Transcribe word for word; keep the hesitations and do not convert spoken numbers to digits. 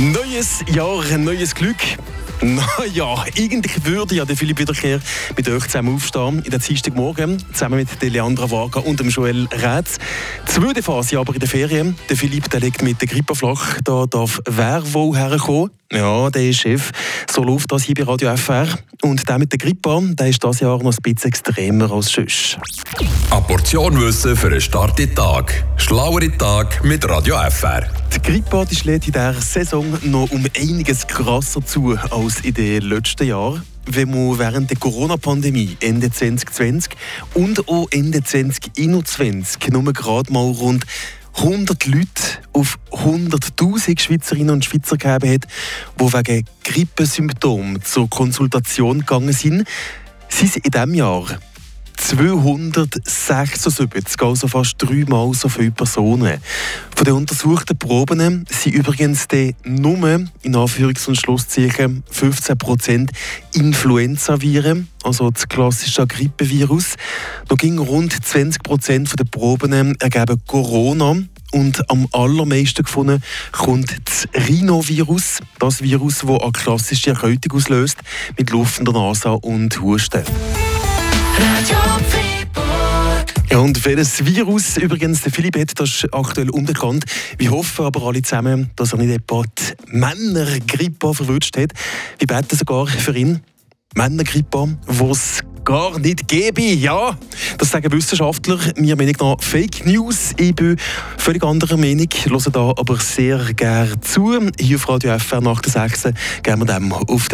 Neues Jahr, neues Glück. Na ja, eigentlich würde ja der Philipp Wiederkehr mit euch zusammen aufstehen in der Dienstagmorgen, zusammen mit der Leandra Varga und dem Joel Rätz. Zweite Phase aber in der Ferien. Der Philipp der legt mit der Grippe flach. Da darf wer wo herkommen. Ja, der ist Chef. So läuft das hier bei Radio F R. Und der mit der Grippe, der ist dieses Jahr noch ein bisschen extremer als sonst. Eine Portion Wissen für einen starken Tag. Schlauere Tag mit Radio F R. Die Grippe die schlägt in dieser Saison noch um einiges krasser zu als in den letzten Jahren. Wenn man während der Corona-Pandemie Ende zwanzig zwanzig und auch Ende zwanzig einundzwanzig nur gerade mal rund hundert Leute auf hunderttausend Schweizerinnen und Schweizer gegeben hat, die wegen Grippesymptomen zur Konsultation gegangen sind, sind sie in diesem Jahr zweihundertsechsundsiebzig, also fast dreimal so viele Personen. Von den untersuchten Proben sind übrigens die nur, in Anführungs- und Schlusszeichen, fünfzehn Prozent Influenza-Viren, also das klassische Grippevirus. Noch ging rund zwanzig Prozent der Proben ergeben Corona. Und am allermeisten gefunden kommt das Rhinovirus, das Virus, das eine klassische Erkältung auslöst, mit laufender Nase und Husten. Ja, und welches Virus übrigens der Philipp hat, das ist aktuell unbekannt. Wir hoffen aber alle zusammen, dass er nicht etwa die Männergrippe verwünscht hat. Wir beten sogar für ihn. Männergrippe, die es gar nicht gäbe. Ja, das sagen Wissenschaftler. Mir Meinung nach Fake News. Ich bin völlig anderer Meinung, höre da aber sehr gerne zu. Hier auf Radio F R nach der sechs gehen wir dem auf den